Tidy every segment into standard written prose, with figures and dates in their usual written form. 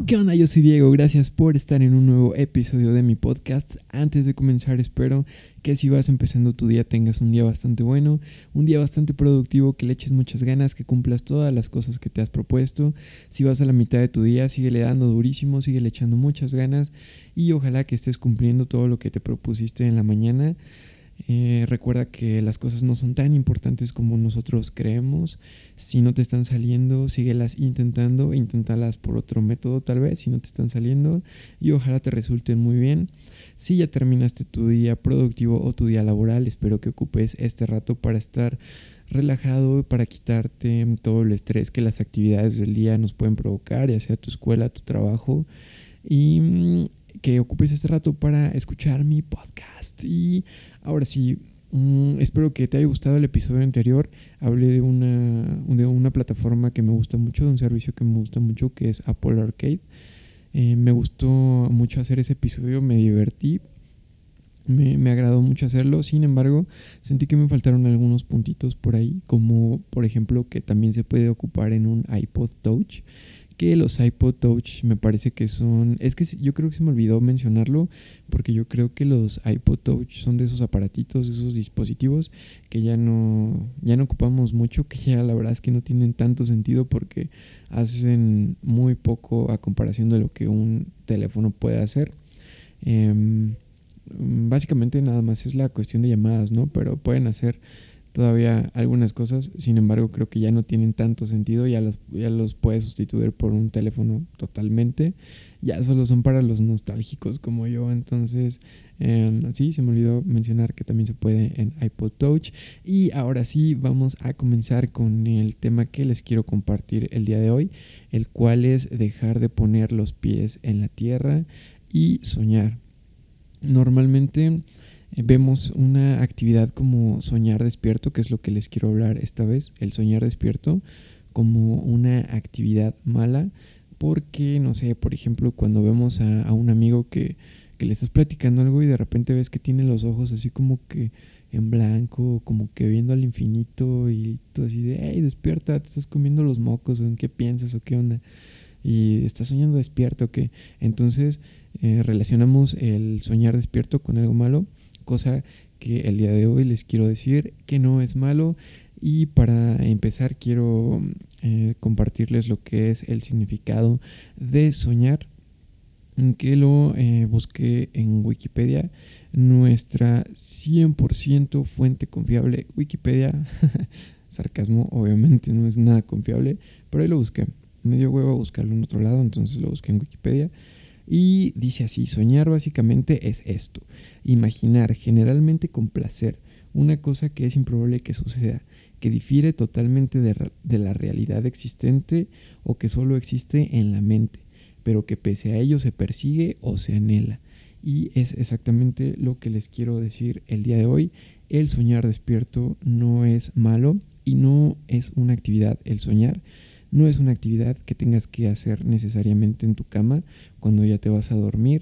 ¿Qué onda? Yo soy Diego, gracias por estar en un nuevo episodio de mi podcast. Antes de comenzar, espero que si vas empezando tu día tengas un día bastante bueno, un día bastante productivo, que le eches muchas ganas, que cumplas todas las cosas que te has propuesto. Si vas a la mitad de tu día, síguele dando durísimo, síguele echando muchas ganas y ojalá que estés cumpliendo todo lo que te propusiste en la mañana. Recuerda que las cosas no son tan importantes como nosotros creemos. Si no te están saliendo, síguelas intentando, inténtalas por otro método tal vez, si no te están saliendo, y ojalá te resulten muy bien. Si ya terminaste tu día productivo o tu día laboral, espero que ocupes este rato para estar relajado, para quitarte todo el estrés que las actividades del día nos pueden provocar, ya sea tu escuela, tu trabajo, y que ocupes este rato para escuchar mi podcast. Y ahora sí, espero que te haya gustado el episodio anterior. Hablé de una plataforma que me gusta mucho, de un servicio que me gusta mucho, que es Apple Arcade. Me gustó mucho hacer ese episodio, me divertí. Me agradó mucho hacerlo, sin embargo, sentí que me faltaron algunos puntitos por ahí, como por ejemplo que también se puede ocupar en un iPod Touch, que los iPod Touch me parece que son, es que yo creo que se me olvidó mencionarlo, porque yo creo que los iPod Touch son de esos aparatitos, de esos dispositivos que ya no ocupamos mucho, que ya la verdad es que no tienen tanto sentido porque hacen muy poco a comparación de lo que un teléfono puede hacer. Básicamente nada más es la cuestión de llamadas, ¿no? Pero pueden hacer todavía algunas cosas, sin embargo creo que ya no tienen tanto sentido, ya los puedes sustituir por un teléfono totalmente, ya solo son para los nostálgicos como yo. Entonces sí, se me olvidó mencionar que también se puede en iPod Touch. Y ahora sí, vamos a comenzar con el tema que les quiero compartir el día de hoy, el cual es dejar de poner los pies en la tierra y soñar. Normalmente vemos una actividad como soñar despierto, que es lo que les quiero hablar esta vez, el soñar despierto, como una actividad mala, porque, no sé, por ejemplo, cuando vemos a un amigo que le estás platicando algo y de repente ves que tiene los ojos así como que en blanco, como que viendo al infinito, y tú así de, hey, despierta, te estás comiendo los mocos, o en qué piensas, o qué onda, y estás soñando despierto, que entonces relacionamos el soñar despierto con algo malo, cosa que el día de hoy les quiero decir que no es malo. Y para empezar quiero compartirles lo que es el significado de soñar, que lo busqué en Wikipedia, nuestra 100% fuente confiable Wikipedia. Sarcasmo, obviamente no es nada confiable, pero ahí lo busqué. Me dio huevo buscarlo en otro lado, entonces lo busqué en Wikipedia. Y dice así: soñar básicamente es esto: imaginar, generalmente con placer, una cosa que es improbable que suceda, que difiere totalmente de la realidad existente o que solo existe en la mente, pero que pese a ello se persigue o se anhela. Y es exactamente lo que les quiero decir el día de hoy. El soñar despierto no es malo y no es una actividad. El soñar no es una actividad que tengas que hacer necesariamente en tu cama cuando ya te vas a dormir.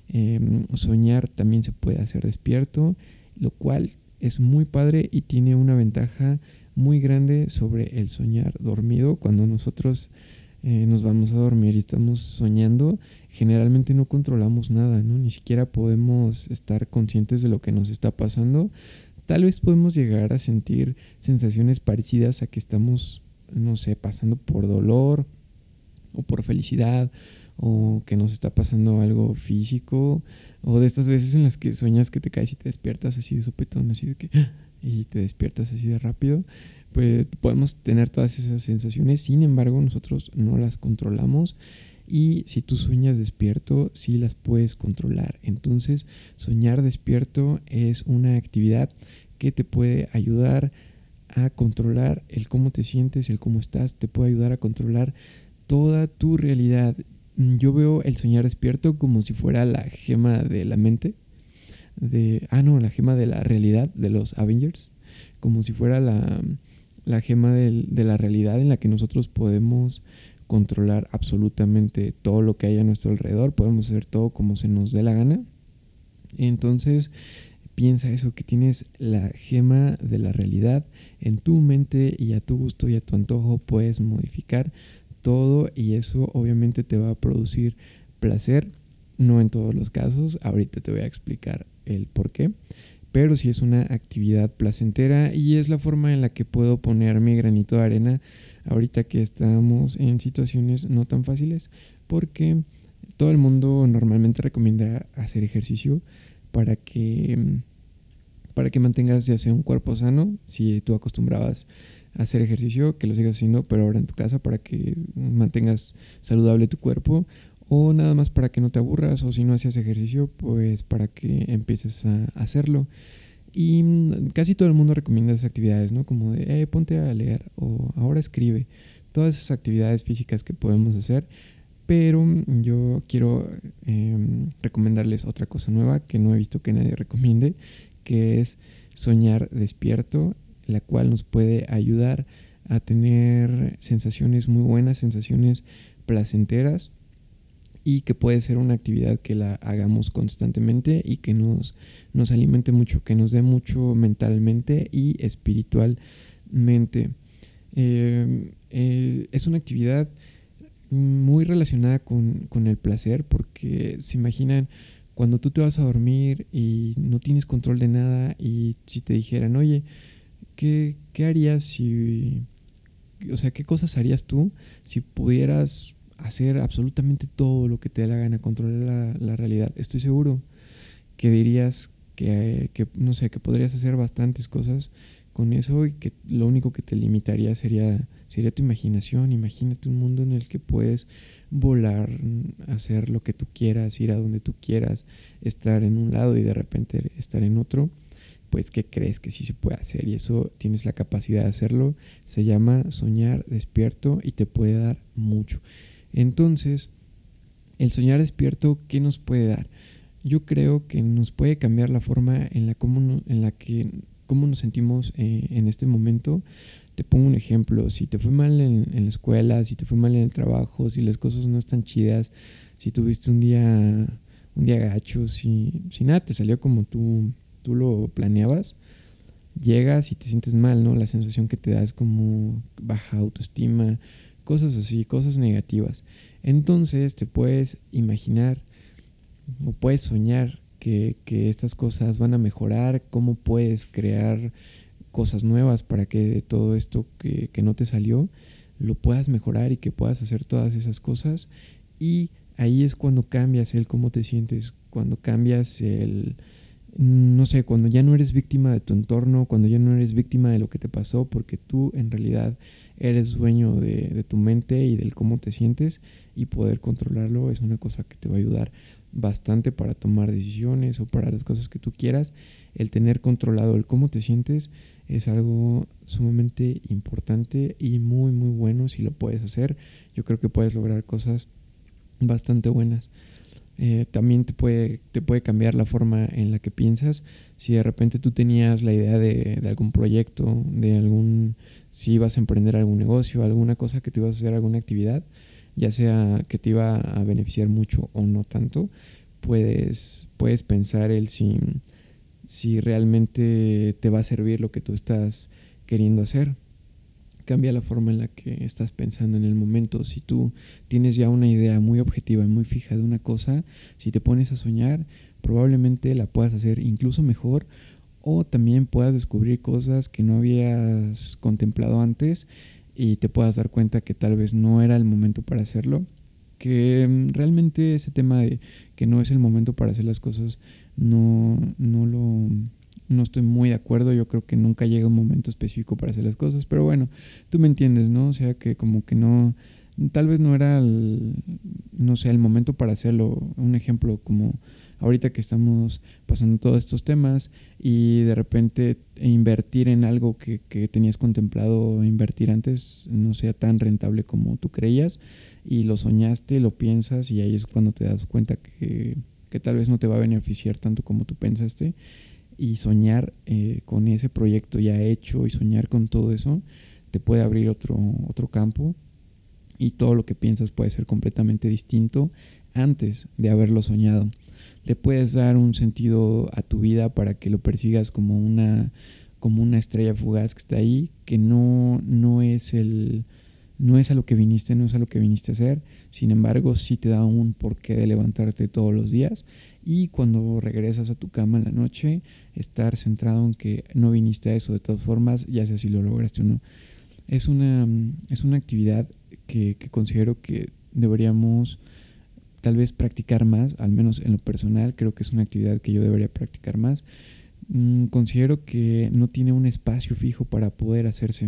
Soñar también se puede hacer despierto, lo cual es muy padre y tiene una ventaja muy grande sobre el soñar dormido. Cuando nosotros nos vamos a dormir y estamos soñando, generalmente no controlamos nada, ¿no? Ni siquiera podemos estar conscientes de lo que nos está pasando. Tal vez podemos llegar a sentir sensaciones parecidas a que estamos, no sé, pasando por dolor o por felicidad, o que nos está pasando algo físico, o de estas veces en las que sueñas que te caes y te despiertas así de sopetón, así de que y te despiertas así de rápido. Pues podemos tener todas esas sensaciones, sin embargo nosotros no las controlamos. Y si tú sueñas despierto, sí las puedes controlar. Entonces, soñar despierto es una actividad que te puede ayudar a controlar el cómo te sientes, el cómo estás, te puede ayudar a controlar toda tu realidad. Yo veo el soñar despierto como si fuera la gema de la mente, la gema de la realidad de los Avengers, como si fuera la gema de la realidad en la que nosotros podemos controlar absolutamente todo lo que hay a nuestro alrededor, podemos hacer todo como se nos dé la gana. Entonces piensa eso, que tienes la gema de la realidad en tu mente y a tu gusto y a tu antojo puedes modificar todo, y eso obviamente te va a producir placer, no en todos los casos, ahorita te voy a explicar el por qué, pero sí es una actividad placentera y es la forma en la que puedo poner mi granito de arena ahorita que estamos en situaciones no tan fáciles, porque todo el mundo normalmente recomienda hacer ejercicio para que mantengas ya sea un cuerpo sano, si tú acostumbrabas a hacer ejercicio, que lo sigas haciendo, pero ahora en tu casa para que mantengas saludable tu cuerpo, o nada más para que no te aburras, o si no hacías ejercicio, pues para que empieces a hacerlo. Y casi todo el mundo recomienda esas actividades, ¿no? Como de, ponte a leer o ahora escribe. Todas esas actividades físicas que podemos hacer. Pero yo quiero recomendarles otra cosa nueva que no he visto que nadie recomiende, que es soñar despierto, la cual nos puede ayudar a tener sensaciones muy buenas, sensaciones placenteras, y que puede ser una actividad que la hagamos constantemente y que nos alimente mucho, que nos dé mucho mentalmente y espiritualmente. Es una actividad muy relacionada con el placer, porque se imaginan cuando tú te vas a dormir y no tienes control de nada, y si te dijeran, oye, ¿qué harías si, o sea, qué cosas harías tú si pudieras hacer absolutamente todo lo que te dé la gana, controlar la realidad? Estoy seguro que dirías que, no sé, que podrías hacer bastantes cosas con eso, y que lo único que te limitaría sería tu imaginación. Imagínate un mundo en el que puedes volar, hacer lo que tú quieras, ir a donde tú quieras, estar en un lado y de repente estar en otro. Pues, ¿qué crees? Que sí se puede hacer, y eso tienes la capacidad de hacerlo. Se llama soñar despierto y te puede dar mucho. Entonces, el soñar despierto, ¿qué nos puede dar? Yo creo que nos puede cambiar la forma en la que cómo nos sentimos en este momento. Te pongo un ejemplo: si te fue mal en la escuela, si te fue mal en el trabajo, si las cosas no están chidas, si tuviste un día gacho, si nada te salió como tú lo planeabas, llegas y te sientes mal, ¿no? La sensación que te da es como baja autoestima, cosas así, cosas negativas. Entonces te puedes imaginar o puedes soñar que estas cosas van a mejorar, cómo puedes crear cosas nuevas para que todo esto que no te salió lo puedas mejorar y que puedas hacer todas esas cosas. Y ahí es cuando cambias el cómo te sientes, cuando cambias no sé, cuando ya no eres víctima de tu entorno, cuando ya no eres víctima de lo que te pasó, porque tú en realidad eres dueño de tu mente y del cómo te sientes, y poder controlarlo es una cosa que te va a ayudar bastante para tomar decisiones o para las cosas que tú quieras. El tener controlado el cómo te sientes es algo sumamente importante y muy muy bueno. Si lo puedes hacer, yo creo que puedes lograr cosas bastante buenas. También te puede cambiar la forma en la que piensas. Si de repente tú tenías la idea de algún proyecto, si ibas a emprender algún negocio, alguna cosa que te ibas a hacer, alguna actividad, ya sea que te iba a beneficiar mucho o no tanto, puedes pensar si realmente te va a servir lo que tú estás queriendo hacer. Cambia la forma en la que estás pensando en el momento. Si tú tienes ya una idea muy objetiva y muy fija de una cosa, si te pones a soñar, probablemente la puedas hacer incluso mejor, o también puedas descubrir cosas que no habías contemplado antes y te puedas dar cuenta que tal vez no era el momento para hacerlo. Que realmente ese tema de que no es el momento para hacer las cosas, no estoy muy de acuerdo. Yo creo que nunca llega un momento específico para hacer las cosas, pero bueno, tú me entiendes, ¿no? O sea, que como que no, tal vez no era no sé, el momento para hacerlo. Un ejemplo, como ahorita que estamos pasando todos estos temas, y de repente invertir en algo que tenías contemplado invertir antes no sea tan rentable como tú creías, y lo soñaste, lo piensas, y ahí es cuando te das cuenta que tal vez no te va a beneficiar tanto como tú pensaste. Y soñar con ese proyecto ya hecho, y soñar con todo eso, te puede abrir otro campo, y todo lo que piensas puede ser completamente distinto antes de haberlo soñado. Le puedes dar un sentido a tu vida para que lo persigas como una estrella fugaz que está ahí, que no es no es a lo que viniste, no es a lo que viniste a hacer. Sin embargo, sí te da un porqué de levantarte todos los días y cuando regresas a tu cama en la noche, estar centrado en que no viniste a eso de todas formas, ya sea si lo lograste o no. Es una actividad que considero que deberíamos tal vez practicar más, al menos en lo personal, creo que es una actividad que yo debería practicar más. Considero que no tiene un espacio fijo para poder hacerse.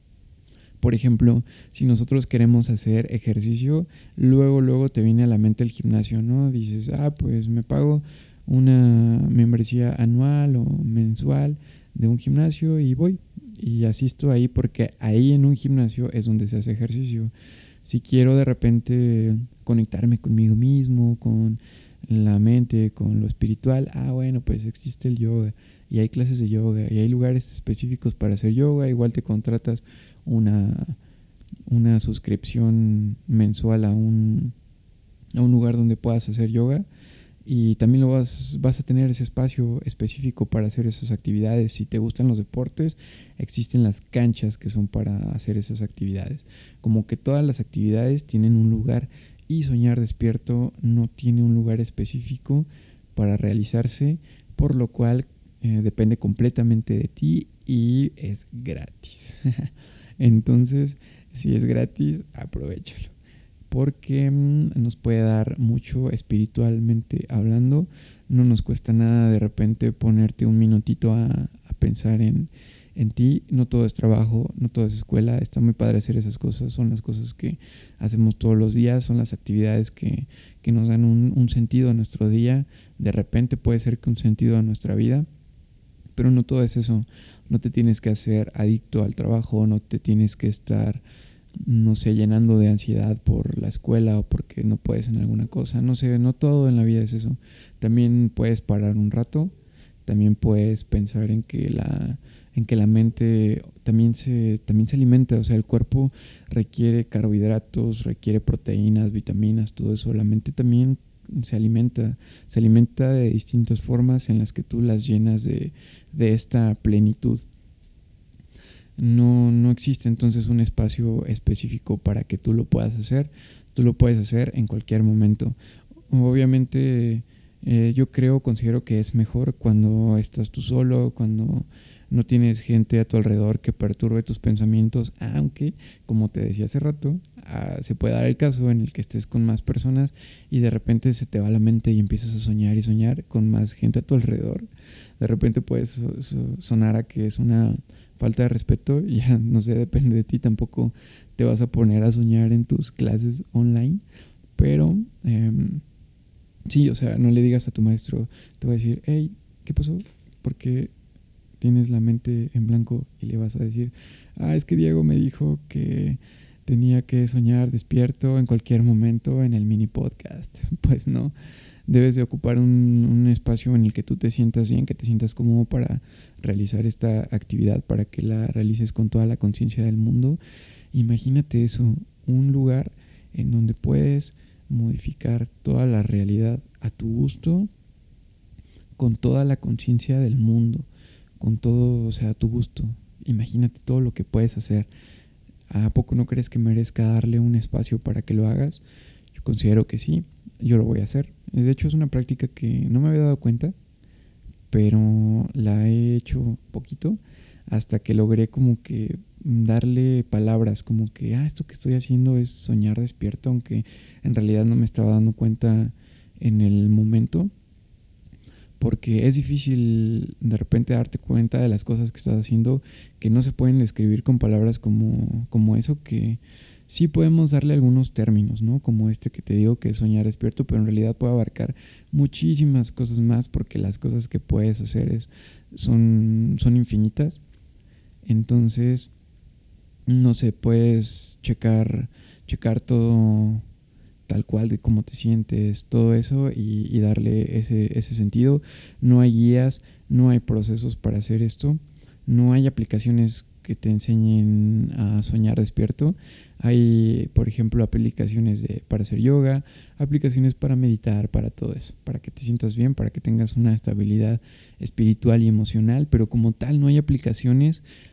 Por ejemplo, si nosotros queremos hacer ejercicio, luego te viene a la mente el gimnasio, ¿no? Dices, pues me pago una membresía anual o mensual de un gimnasio y voy y asisto ahí porque ahí en un gimnasio es donde se hace ejercicio. Si quiero de repente conectarme conmigo mismo, con la mente, con lo espiritual, bueno, pues existe el yoga y hay clases de yoga y hay lugares específicos para hacer yoga, igual te contratas una, una suscripción mensual a un lugar donde puedas hacer yoga y también vas a tener ese espacio específico para hacer esas actividades. Si te gustan los deportes, existen las canchas que son para hacer esas actividades. Como que todas las actividades tienen un lugar y Soñar Despierto no tiene un lugar específico para realizarse, por lo cual depende completamente de ti y es gratis. Entonces, si es gratis, aprovéchalo porque nos puede dar mucho espiritualmente hablando. No nos cuesta nada de repente ponerte un minutito a pensar en ti. No todo es trabajo, no todo es escuela. Está muy padre hacer esas cosas. Son las cosas que hacemos todos los días, son las actividades que nos dan un sentido a nuestro día. De repente puede ser que un sentido a nuestra vida, pero no todo es eso. No te tienes que hacer adicto al trabajo, no te tienes que estar, no sé, llenando de ansiedad por la escuela o porque no puedes en alguna cosa. No sé, no todo en la vida es eso. También puedes parar un rato, también puedes pensar en que la mente también se alimenta, o sea, el cuerpo requiere carbohidratos, requiere proteínas, vitaminas, todo eso. La mente también se alimenta de distintas formas en las que tú las llenas de esta plenitud. No existe entonces un espacio específico para que tú lo puedas hacer. Tú lo puedes hacer en cualquier momento. Obviamente, considero que es mejor cuando estás tú solo, cuando no tienes gente a tu alrededor que perturbe tus pensamientos, aunque, como te decía hace rato, se puede dar el caso en el que estés con más personas y de repente se te va la mente y empiezas a soñar y soñar con más gente a tu alrededor. De repente puedes sonar a que es una falta de respeto, ya no sé, depende de ti, tampoco te vas a poner a soñar en tus clases online, pero sí, o sea, no le digas a tu maestro, te va a decir, hey, ¿qué pasó? Porque tienes la mente en blanco y le vas a decir, es que Diego me dijo que tenía que soñar despierto en cualquier momento en el mini podcast. Pues no, debes de ocupar un espacio en el que tú te sientas bien, que te sientas cómodo para realizar esta actividad, para que la realices con toda la conciencia del mundo. Imagínate eso, un lugar en donde puedes modificar toda la realidad a tu gusto, con toda la conciencia del mundo, con todo, o sea, a tu gusto. Imagínate todo lo que puedes hacer. ¿A poco no crees que merezca darle un espacio para que lo hagas? Yo considero que sí, yo lo voy a hacer. De hecho, es una práctica que no me había dado cuenta, pero la he hecho poquito hasta que logré como que darle palabras, como que, esto que estoy haciendo es soñar despierto, aunque en realidad no me estaba dando cuenta en el momento, porque es difícil de repente darte cuenta de las cosas que estás haciendo que no se pueden describir con palabras como eso, que sí podemos darle algunos términos, ¿no? Como este que te digo que es soñar despierto, pero en realidad puede abarcar muchísimas cosas más porque las cosas que puedes hacer son infinitas. Entonces, no sé, puedes checar todo tal cual de cómo te sientes, todo eso y darle ese sentido. No hay guías, no hay procesos para hacer esto, no hay aplicaciones que te enseñen a soñar despierto. Hay, por ejemplo, aplicaciones para hacer yoga, aplicaciones para meditar, para todo eso, para que te sientas bien, para que tengas una estabilidad espiritual y emocional, pero como tal no hay aplicaciones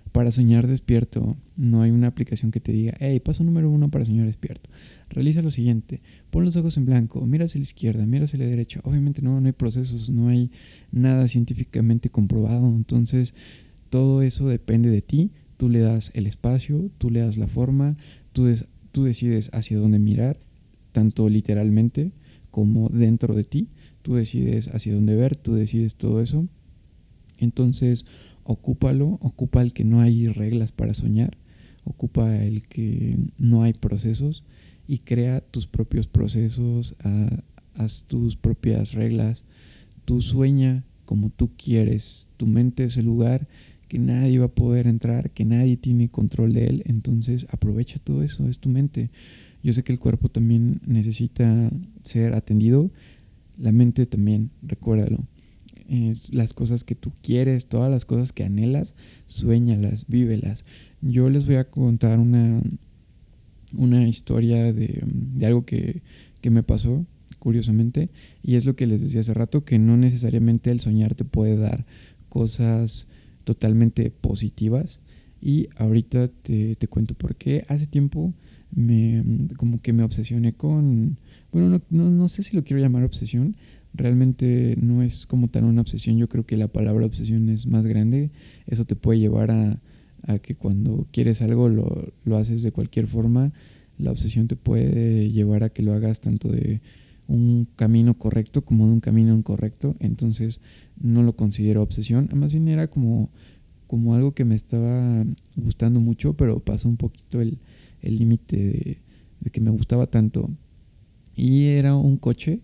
para soñar despierto. No hay una aplicación que te diga, hey, paso número 1 para soñar despierto. Realiza lo siguiente, pon los ojos en blanco, mira hacia la izquierda, mira hacia la derecha. Obviamente no hay procesos, no hay nada científicamente comprobado. Entonces, todo eso depende de ti. Tú le das el espacio, tú le das la forma, tú decides hacia dónde mirar, tanto literalmente como dentro de ti. Tú decides hacia dónde ver, tú decides todo eso. Entonces, ocupa el que no hay reglas para soñar, ocupa el que no hay procesos y crea tus propios procesos, haz tus propias reglas. Tú sueña como tú quieres. Tu mente es el lugar que nadie va a poder entrar, que nadie tiene control de él. Entonces aprovecha todo eso, es tu mente. Yo sé que el cuerpo también necesita ser atendido, la mente también, recuérdalo. Las cosas que tú quieres, todas las cosas que anhelas, suéñalas, vívelas. Yo les voy a contar una historia de algo que me pasó, curiosamente, y es lo que les decía hace rato, que no necesariamente el soñar te puede dar cosas totalmente positivas. Y ahorita te cuento por qué. Hace tiempo como que me obsesioné con... Bueno, no sé si lo quiero llamar obsesión. Realmente no es como tan una obsesión. Yo creo que la palabra obsesión es más grande. Eso te puede llevar a que cuando quieres algo lo haces de cualquier forma. La obsesión te puede llevar a que lo hagas tanto de un camino correcto como de un camino incorrecto. Entonces no lo considero obsesión. Más bien era como algo que me estaba gustando mucho, pero pasó un poquito el límite de que me gustaba tanto. Y era un coche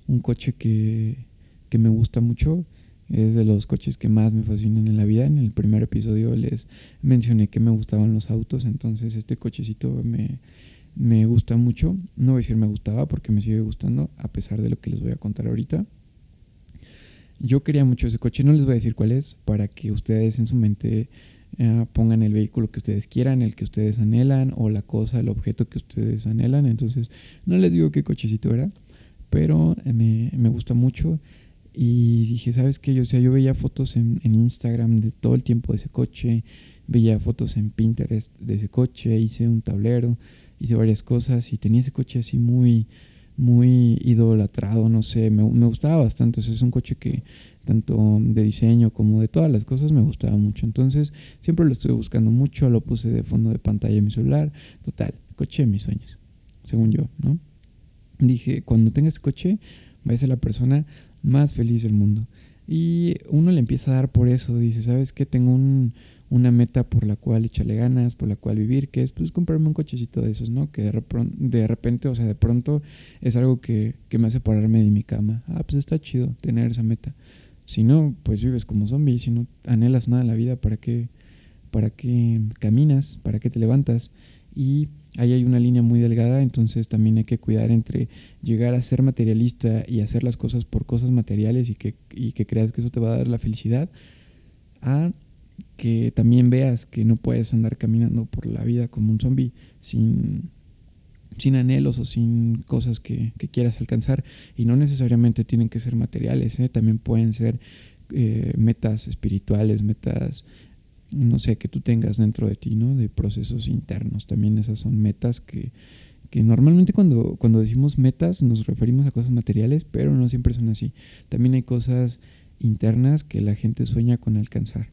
que me gusta mucho. Es de los coches que más me fascinan en la vida. En el primer episodio les mencioné que me gustaban los autos, entonces este cochecito me gusta mucho. No voy a decir me gustaba porque me sigue gustando, a pesar de lo que les voy a contar ahorita. Yo quería mucho ese coche, no les voy a decir cuál es, para que ustedes en su mente pongan el vehículo que ustedes quieran, el que ustedes anhelan, o la cosa, el objeto que ustedes anhelan. Entonces no les digo qué cochecito era, pero me gusta mucho. Y dije, ¿sabes qué? Yo veía fotos en Instagram de todo el tiempo de ese coche, veía fotos en Pinterest de ese coche, hice un tablero, hice varias cosas y tenía ese coche así muy idolatrado, no sé, me gustaba bastante. O sea, es un coche que tanto de diseño como de todas las cosas me gustaba mucho. Entonces siempre lo estuve buscando mucho, lo puse de fondo de pantalla en mi celular. Total, coche de mis sueños, según yo, ¿no? Dije, cuando tenga ese coche, voy a ser la persona más feliz del mundo. Y uno le empieza a dar por eso. Dice, ¿sabes qué? Tengo una meta por la cual echarle ganas, por la cual vivir, que es pues comprarme un cochecito de esos, ¿no? Que de repente, o sea, de pronto es algo que me hace pararme de mi cama. Ah, pues está chido tener esa meta. Si no, pues vives como zombie. Si no anhelas nada en la vida, ¿para qué caminas? ¿Para qué te levantas? Y ahí hay una línea muy delgada, entonces también hay que cuidar entre llegar a ser materialista y hacer las cosas por cosas materiales y que creas que eso te va a dar la felicidad, a que también veas que no puedes andar caminando por la vida como un zombie sin anhelos o sin cosas que quieras alcanzar. Y no necesariamente tienen que ser materiales, también pueden ser metas espirituales, metas, no sé, que tú tengas dentro de ti, ¿no? De procesos internos. También esas son metas que normalmente cuando decimos metas nos referimos a cosas materiales, pero no siempre son así. También hay cosas internas que la gente sueña con alcanzar.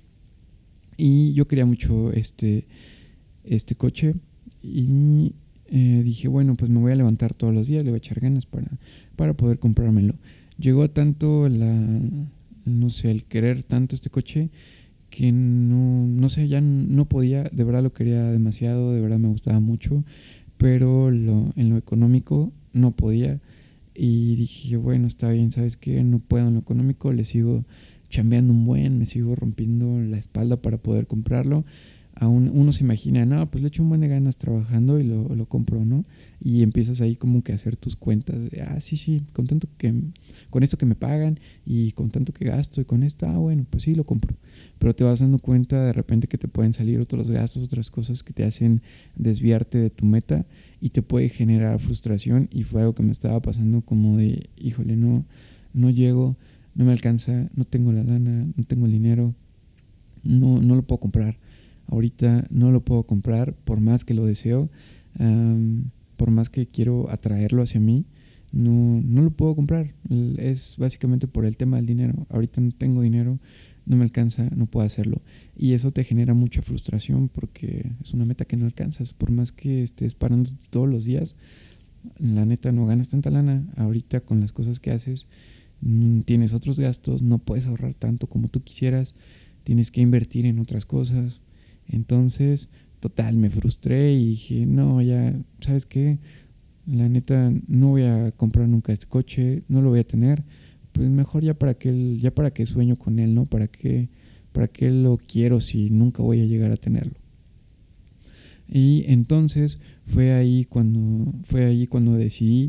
Y yo quería mucho este coche y dije, bueno, pues me voy a levantar todos los días, le voy a echar ganas para poder comprármelo. Llegó tanto no sé, el querer tanto este coche que no sé, ya no podía, de verdad lo quería demasiado, de verdad me gustaba mucho, pero en lo económico no podía. Y dije, bueno, está bien, ¿sabes qué? No puedo en lo económico, le sigo chambeando me sigo rompiendo la espalda para poder comprarlo. Aún uno se imagina, no, pues le echo un buen de ganas trabajando y lo compro, ¿no? Y empiezas ahí como que a hacer tus cuentas de, sí, con esto que me pagan y con tanto que gasto y con esto, bueno, pues sí, lo compro. Pero te vas dando cuenta de repente que te pueden salir otros gastos, otras cosas que te hacen desviarte de tu meta y te puede generar frustración. Y fue algo que me estaba pasando como de, híjole, no llego, no me alcanza, no tengo la lana, no tengo el dinero, no lo puedo comprar. ahorita no lo puedo comprar por más que lo deseo, por más que quiero atraerlo hacia mí, no lo puedo comprar. Es básicamente por el tema del dinero. Ahorita no tengo dinero, no me alcanza, no puedo hacerlo. Y eso te genera mucha frustración porque es una meta que no alcanzas. Por más que estés parando todos los días, la neta no ganas tanta lana. Ahorita con las cosas que haces, tienes otros gastos, no puedes ahorrar tanto como tú quisieras, tienes que invertir en otras cosas. Entonces, total, me frustré y dije, no, ya, ¿sabes qué? La neta, no voy a comprar nunca este coche, no lo voy a tener. Pues mejor ya para qué sueño con él, ¿no? Para qué lo quiero si nunca voy a llegar a tenerlo. Y entonces fue ahí cuando decidí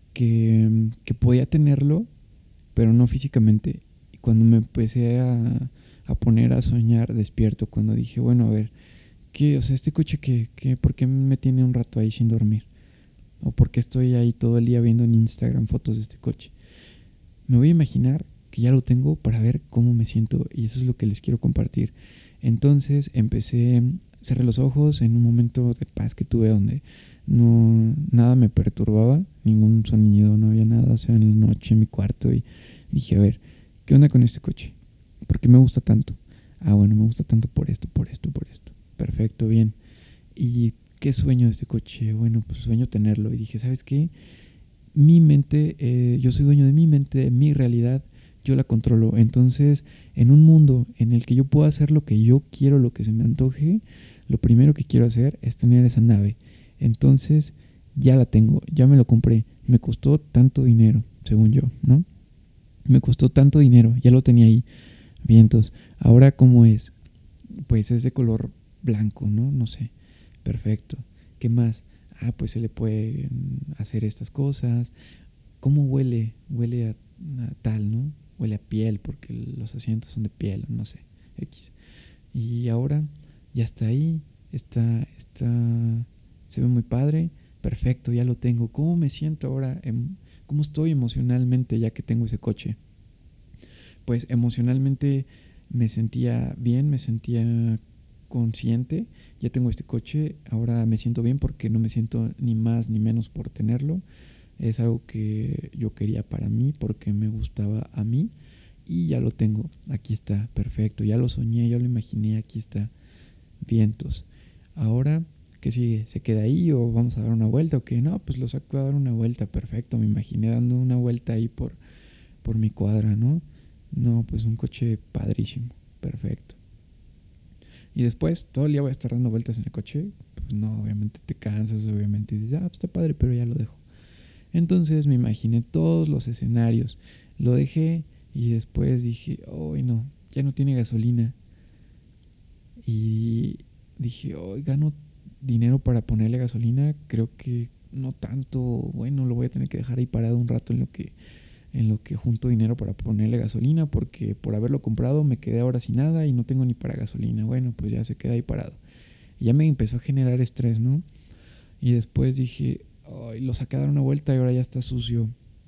que podía tenerlo, pero no físicamente. Y cuando me empecé a poner a soñar despierto, cuando dije, bueno, a ver, ¿qué? O sea, este coche ¿por qué me tiene un rato ahí sin dormir? ¿O por qué estoy ahí todo el día viendo en Instagram fotos de este coche? Me voy a imaginar que ya lo tengo para ver cómo me siento y eso es lo que les quiero compartir. Entonces cerré los ojos en un momento de paz que tuve donde nada me perturbaba, ningún sonido, no había nada, o sea, en la noche en mi cuarto y dije, a ver, ¿qué onda con este coche? ¿Por qué me gusta tanto? Ah, bueno, me gusta tanto por esto, por esto, por esto. Perfecto, bien. ¿Y qué sueño de este coche? Bueno, pues sueño tenerlo. Y dije, ¿sabes qué? Mi mente, yo soy dueño de mi mente, de mi realidad, yo la controlo. Entonces, en un mundo en el que yo puedo hacer lo que yo quiero, lo que se me antoje, lo primero que quiero hacer es tener esa nave. Entonces, ya la tengo, ya me lo compré. Me costó tanto dinero, según yo, ¿no? Me costó tanto dinero, ya lo tenía ahí. Bien, entonces, ahora cómo es, pues es de color blanco, ¿no? No sé. Perfecto. ¿Qué más? Ah, pues se le pueden hacer estas cosas. ¿Cómo huele? Huele a tal, ¿no? Huele a piel porque los asientos son de piel, no sé. X. Y ahora ya está ahí. Se ve muy padre. Perfecto, ya lo tengo. ¿Cómo me siento ahora? ¿Cómo estoy emocionalmente ya que tengo ese coche? Pues emocionalmente me sentía bien, me sentía consciente. Ya tengo este coche, ahora me siento bien porque no me siento ni más ni menos por tenerlo. Es algo que yo quería para mí porque me gustaba a mí y ya lo tengo. Aquí está, perfecto. Ya lo soñé, ya lo imaginé, aquí está. Vientos. Ahora, ¿qué sigue? ¿Se queda ahí o vamos a dar una vuelta o qué? No, pues lo saco a dar una vuelta, perfecto. Me imaginé dando una vuelta ahí por mi cuadra, ¿no? No, pues un coche padrísimo, perfecto. Y después, todo el día voy a estar dando vueltas en el coche. Pues no, obviamente te cansas, obviamente dices, pues está padre, pero ya lo dejo. Entonces me imaginé todos los escenarios. Lo dejé y después dije, hoy no, ya no tiene gasolina. Y dije, hoy gano dinero para ponerle gasolina. Creo que no tanto, bueno, lo voy a tener que dejar ahí parado un rato en lo que junto dinero para ponerle gasolina, porque por haberlo comprado me quedé ahora sin nada y no tengo ni para gasolina. Bueno, pues ya se queda ahí parado. Y ya me empezó a generar estrés, ¿no? Y después dije, ay, lo saqué a dar una vuelta y ahora ya está sucio.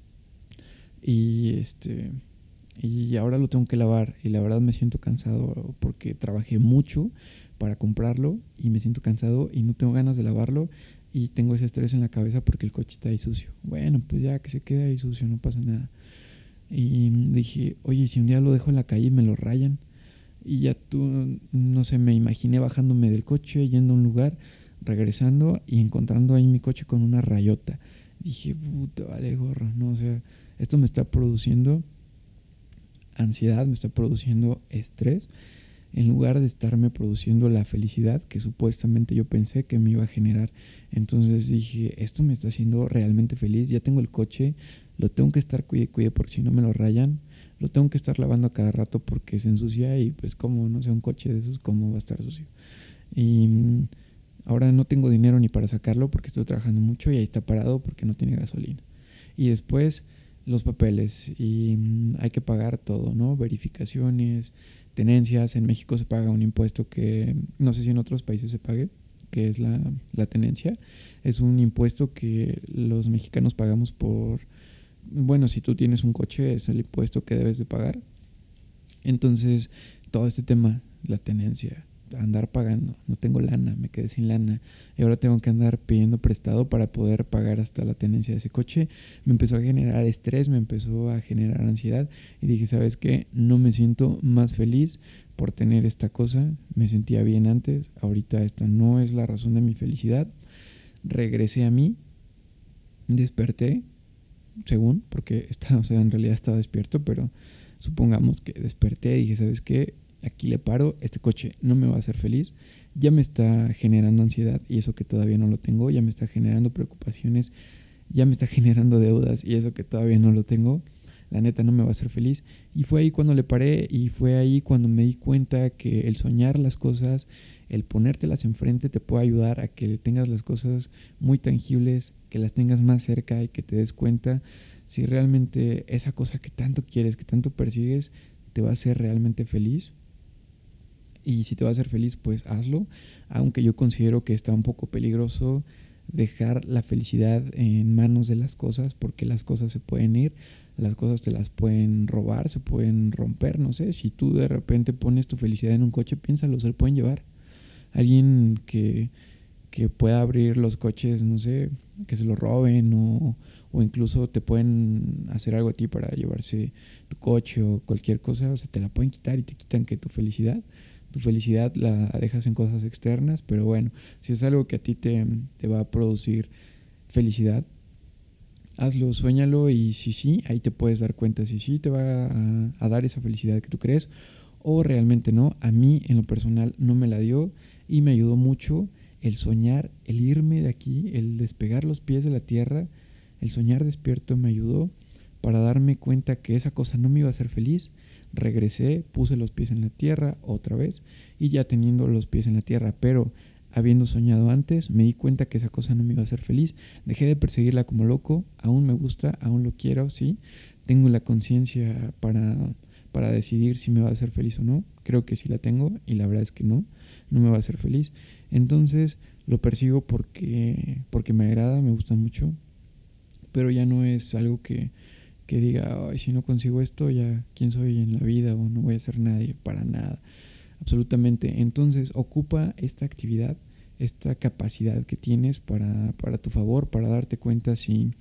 Y y ahora lo tengo que lavar y la verdad me siento cansado porque trabajé mucho para comprarlo y me siento cansado y no tengo ganas de lavarlo y tengo ese estrés en la cabeza porque el coche está ahí sucio. Bueno, pues ya que se quede ahí sucio, no pasa nada. Y dije, oye, si un día lo dejo en la calle y me lo rayan. Y ya no sé, me imaginé bajándome del coche, yendo a un lugar, regresando y encontrando ahí mi coche con una rayota. Dije, puta, vale gorro, ¿no? O sea, esto me está produciendo ansiedad, me está produciendo estrés, en lugar de estarme produciendo la felicidad que supuestamente yo pensé que me iba a generar. Entonces dije, esto me está haciendo realmente feliz, ya tengo el coche, lo tengo que estar cuide porque si no me lo rayan, lo tengo que estar lavando a cada rato porque se ensucia y pues como no sé, un coche de esos, ¿cómo va a estar sucio? Y ahora no tengo dinero ni para sacarlo porque estoy trabajando mucho y ahí está parado porque no tiene gasolina. Y después los papeles y hay que pagar todo, ¿no? Verificaciones, tenencias. En México se paga un impuesto que no sé si en otros países se pague, que es la tenencia. Es un impuesto que los mexicanos pagamos bueno, si tú tienes un coche es el impuesto que debes de pagar. Entonces, todo este tema, la tenencia, andar pagando. No tengo lana, me quedé sin lana. Y ahora tengo que andar pidiendo prestado para poder pagar hasta la tenencia de ese coche. Me empezó a generar estrés, me empezó a generar ansiedad. Y dije, ¿sabes qué? No me siento más feliz por tener esta cosa. Me sentía bien antes. Ahorita esta no es la razón de mi felicidad. Regresé a mí. Desperté, según, porque o sea, en realidad estaba despierto, pero supongamos que desperté y dije, ¿sabes qué? Aquí le paro, este coche no me va a hacer feliz, ya me está generando ansiedad y eso que todavía no lo tengo, ya me está generando preocupaciones, ya me está generando deudas y eso que todavía no lo tengo, la neta no me va a hacer feliz. Y fue ahí cuando le paré y fue ahí cuando me di cuenta que el soñar las cosas, el ponértelas enfrente te puede ayudar a que tengas las cosas muy tangibles, que las tengas más cerca y que te des cuenta si realmente esa cosa que tanto quieres, que tanto persigues, te va a hacer realmente feliz. Y si te va a hacer feliz, pues hazlo. Aunque yo considero que está un poco peligroso dejar la felicidad en manos de las cosas, porque las cosas se pueden ir, las cosas te las pueden robar, se pueden romper, no sé. Si tú de repente pones tu felicidad en un coche, piénsalo, se lo pueden llevar. Alguien que pueda abrir los coches, no sé, que se lo roben o incluso te pueden hacer algo a ti para llevarse tu coche o cualquier cosa, o sea, te la pueden quitar y te quitan que tu felicidad la dejas en cosas externas, pero bueno, si es algo que a ti te va a producir felicidad, hazlo, suéñalo y si sí, ahí te puedes dar cuenta si sí te va a dar esa felicidad que tú crees o realmente no. A mí en lo personal no me la dio y me ayudó mucho el soñar, el irme de aquí, el despegar los pies de la tierra, el soñar despierto me ayudó para darme cuenta que esa cosa no me iba a hacer feliz. Regresé, puse los pies en la tierra otra vez y ya teniendo los pies en la tierra, pero habiendo soñado antes, me di cuenta que esa cosa no me iba a hacer feliz. Dejé de perseguirla como loco, aún me gusta, aún lo quiero, sí. Tengo la conciencia para decidir si me va a hacer feliz o no. Creo que sí la tengo y la verdad es que no me va a hacer feliz. Entonces lo persigo porque me agrada, me gusta mucho, pero ya no es algo que diga, ay, si no consigo esto, ya quién soy en la vida o no voy a ser nadie, para nada, absolutamente. Entonces ocupa esta actividad, esta capacidad que tienes para tu favor, para darte cuenta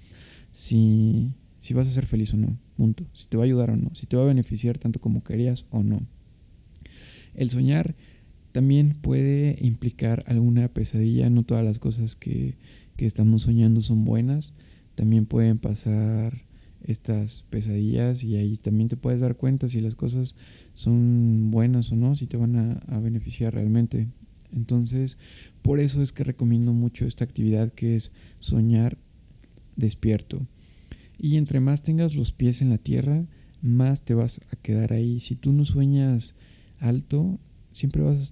si vas a ser feliz o no, punto. Si te va a ayudar o no, si te va a beneficiar tanto como querías o no. El soñar también puede implicar alguna pesadilla, no todas las cosas que estamos soñando son buenas, también pueden pasar estas pesadillas y ahí también te puedes dar cuenta si las cosas son buenas o no, si te van a beneficiar realmente. Entonces, por eso es que recomiendo mucho esta actividad que es soñar despierto. Y entre más tengas los pies en la tierra, más te vas a quedar ahí. Si tú no sueñas alto, siempre vas a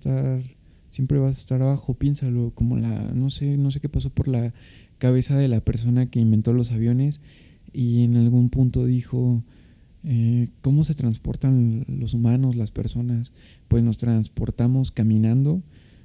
estar abajo. Piénsalo, como no sé qué pasó por la cabeza de la persona que inventó los aviones y en algún punto dijo, ¿cómo se transportan los humanos, las personas? Pues nos transportamos caminando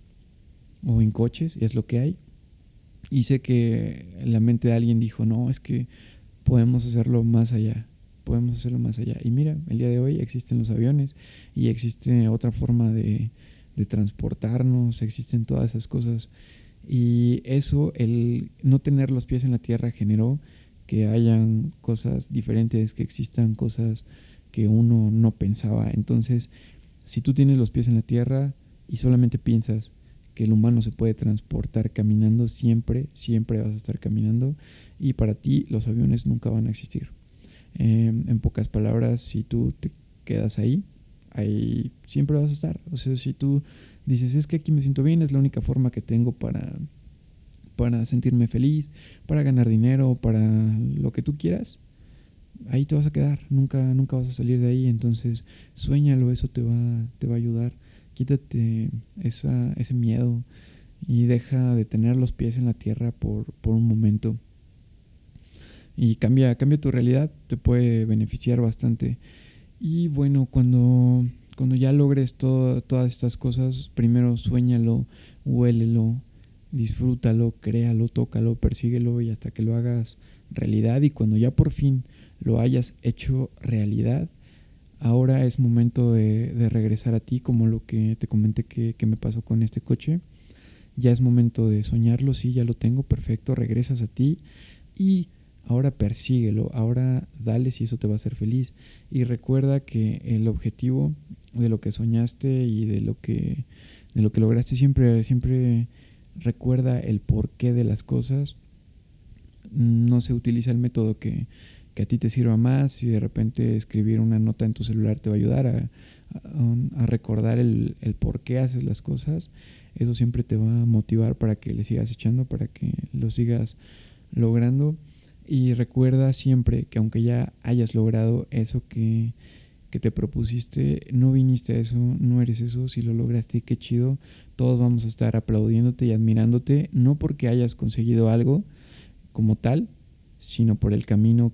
o en coches, y es lo que hay. Y sé que en la mente de alguien dijo, no, es que podemos hacerlo más allá. Podemos hacerlo más allá. Y mira, el día de hoy existen los aviones y existe otra forma de transportarnos, existen todas esas cosas. Y eso, el no tener los pies en la tierra generó que hayan cosas diferentes, que existan cosas que uno no pensaba. Entonces, si tú tienes los pies en la tierra y solamente piensas que el humano se puede transportar caminando, siempre vas a estar caminando y para ti los aviones nunca van a existir. En pocas palabras, si tú te quedas ahí siempre vas a estar. O sea, si tú dices, es que aquí me siento bien, es la única forma que tengo para sentirme feliz, para ganar dinero, para lo que tú quieras, ahí te vas a quedar, nunca vas a salir de ahí. Entonces, suéñalo, eso te va a ayudar. Quítate ese miedo y deja de tener los pies en la tierra por un momento. Y cambia tu realidad, te puede beneficiar bastante. Y bueno, cuando ya logres todas estas cosas, primero suéñalo, huélelo, disfrútalo, créalo, tócalo, persíguelo y hasta que lo hagas realidad. Y cuando ya por fin lo hayas hecho realidad, ahora es momento de regresar a ti, como lo que te comenté que me pasó con este coche. Ya es momento de soñarlo, sí, ya lo tengo, perfecto, regresas a ti y ahora persíguelo, ahora dale si eso te va a hacer feliz. Y recuerda que el objetivo de lo que soñaste y de lo que lograste siempre recuerda el porqué de las cosas. No se utiliza el método que a ti te sirva más. Si de repente escribir una nota en tu celular te va a ayudar a recordar el por qué haces las cosas, eso siempre te va a motivar para que le sigas echando, para que lo sigas logrando. Y recuerda siempre que aunque ya hayas logrado eso que te propusiste, no viniste a eso, no eres eso. Si lo lograste, qué chido. Todos vamos a estar aplaudiéndote y admirándote, no porque hayas conseguido algo como tal, sino por el camino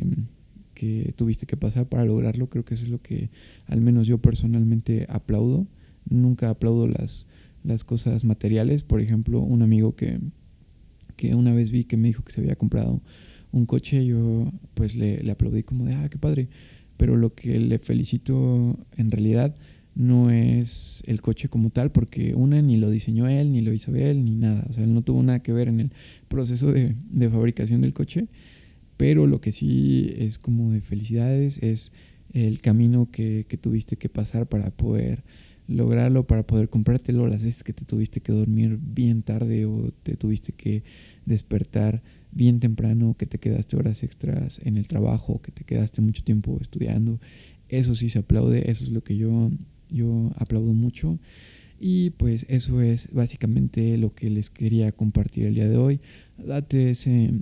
que tuviste que pasar para lograrlo. Creo que eso es lo que al menos yo personalmente aplaudo. Nunca aplaudo las cosas materiales. Por ejemplo, un amigo que una vez vi que me dijo que se había comprado un coche, yo pues le aplaudí como de, qué padre. Pero lo que le felicito en realidad no es el coche como tal, porque una ni lo diseñó él, ni lo hizo él, ni nada. O sea, él no tuvo nada que ver en el proceso de fabricación del coche. Pero lo que sí es como de felicidades es el camino que tuviste que pasar para poder lograrlo, para poder comprártelo, las veces que te tuviste que dormir bien tarde o te tuviste que despertar bien temprano, que te quedaste horas extras en el trabajo, que te quedaste mucho tiempo estudiando. Eso sí se aplaude, eso es lo que yo aplaudo mucho. Y pues eso es básicamente lo que les quería compartir el día de hoy. Date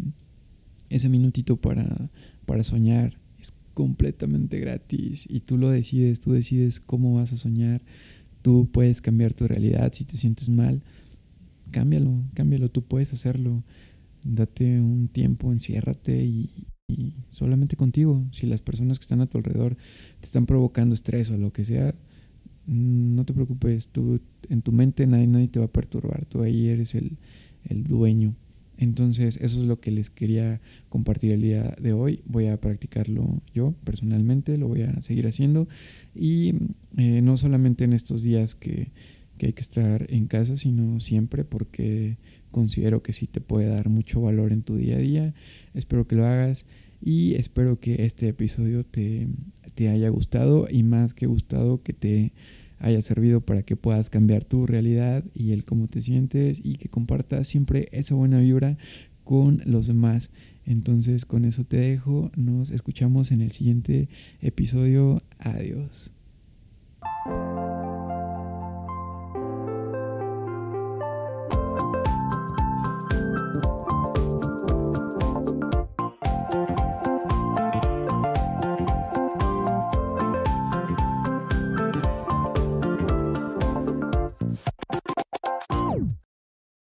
ese minutito para soñar. Es completamente gratis y tú lo decides, tú decides cómo vas a soñar. Tú puedes cambiar tu realidad. Si te sientes mal, cámbialo, tú puedes hacerlo. Date un tiempo, enciérrate y solamente contigo. Si las personas que están a tu alrededor te están provocando estrés o lo que sea, no te preocupes. Tú en tu mente nadie te va a perturbar. Tú ahí eres el dueño. Entonces eso es lo que les quería compartir el día de hoy. Voy a practicarlo yo personalmente, lo voy a seguir haciendo. Y no solamente en estos días que hay que estar en casa, sino siempre, porque considero que sí te puede dar mucho valor en tu día a día. Espero que lo hagas y espero que este episodio te haya gustado, y más que gustado, que te haya servido para que puedas cambiar tu realidad y el cómo te sientes, y que compartas siempre esa buena vibra con los demás. Entonces con eso te dejo, nos escuchamos en el siguiente episodio. Adiós.